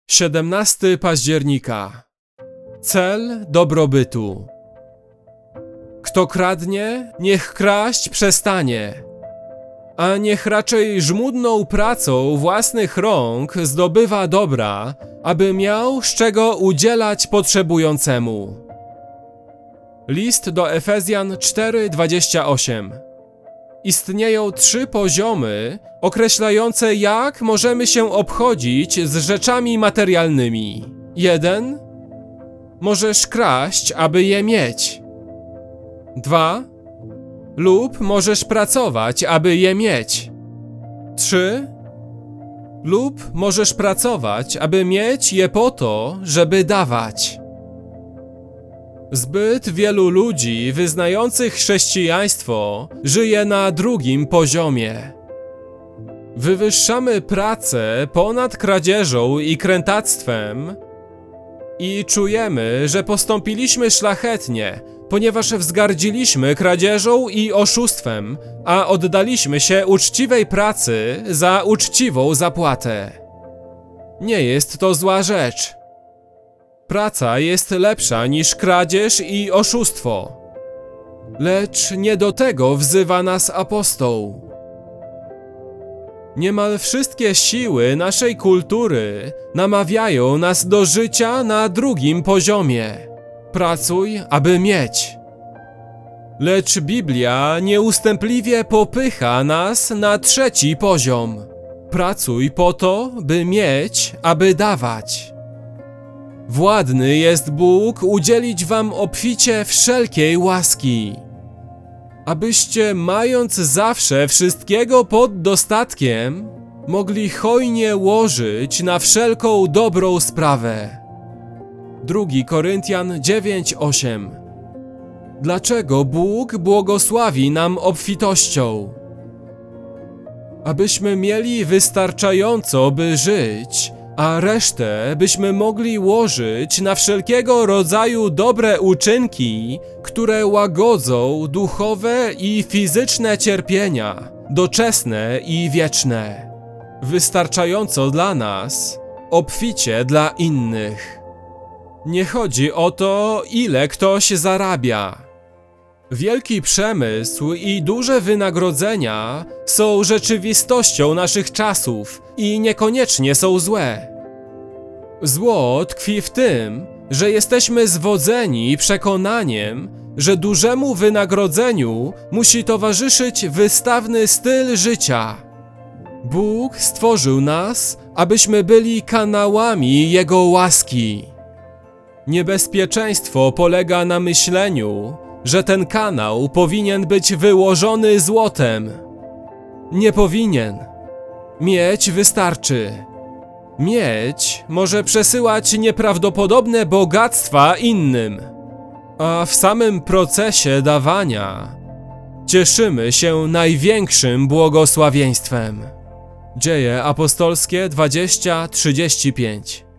17 października. Cel dobrobytu. Kto kradnie, niech kraść przestanie, a niech raczej żmudną pracą własnych rąk zdobywa dobra, aby miał z czego udzielać potrzebującemu. List do Efezjan 4:28. Istnieją 3 poziomy określające, jak możemy się obchodzić z rzeczami materialnymi. 1. Możesz kraść, aby je mieć. 2. Lub możesz pracować, aby je mieć. 3. Lub możesz pracować, aby mieć je po to, żeby dawać. Zbyt wielu ludzi wyznających chrześcijaństwo żyje na drugim poziomie. Wywyższamy pracę ponad kradzieżą i krętactwem i czujemy, że postąpiliśmy szlachetnie, ponieważ wzgardziliśmy kradzieżą i oszustwem, a oddaliśmy się uczciwej pracy za uczciwą zapłatę. Nie jest to zła rzecz. Praca jest lepsza niż kradzież i oszustwo. Lecz nie do tego wzywa nas apostoł. Niemal wszystkie siły naszej kultury namawiają nas do życia na drugim poziomie. Pracuj, aby mieć. Lecz Biblia nieustępliwie popycha nas na 3 poziom. Pracuj po to, by mieć, aby dawać. Władny jest Bóg udzielić wam obficie wszelkiej łaski, abyście, mając zawsze wszystkiego pod dostatkiem, mogli hojnie łożyć na wszelką dobrą sprawę. 2 Koryntian 9:8. Dlaczego Bóg błogosławi nam obfitością? Abyśmy mieli wystarczająco, by żyć, a resztę byśmy mogli łożyć na wszelkiego rodzaju dobre uczynki, które łagodzą duchowe i fizyczne cierpienia, doczesne i wieczne. Wystarczająco dla nas, obficie dla innych. Nie chodzi o to, ile ktoś zarabia. Wielki przemysł i duże wynagrodzenia są rzeczywistością naszych czasów i niekoniecznie są złe. Zło tkwi w tym, że jesteśmy zwodzeni przekonaniem, że dużemu wynagrodzeniu musi towarzyszyć wystawny styl życia. Bóg stworzył nas, abyśmy byli kanałami Jego łaski. Niebezpieczeństwo polega na myśleniu, że ten kanał powinien być wyłożony złotem. Nie powinien. Mieć wystarczy. Mieć może przesyłać nieprawdopodobne bogactwa innym, a w samym procesie dawania cieszymy się największym błogosławieństwem. Dzieje apostolskie 20:35.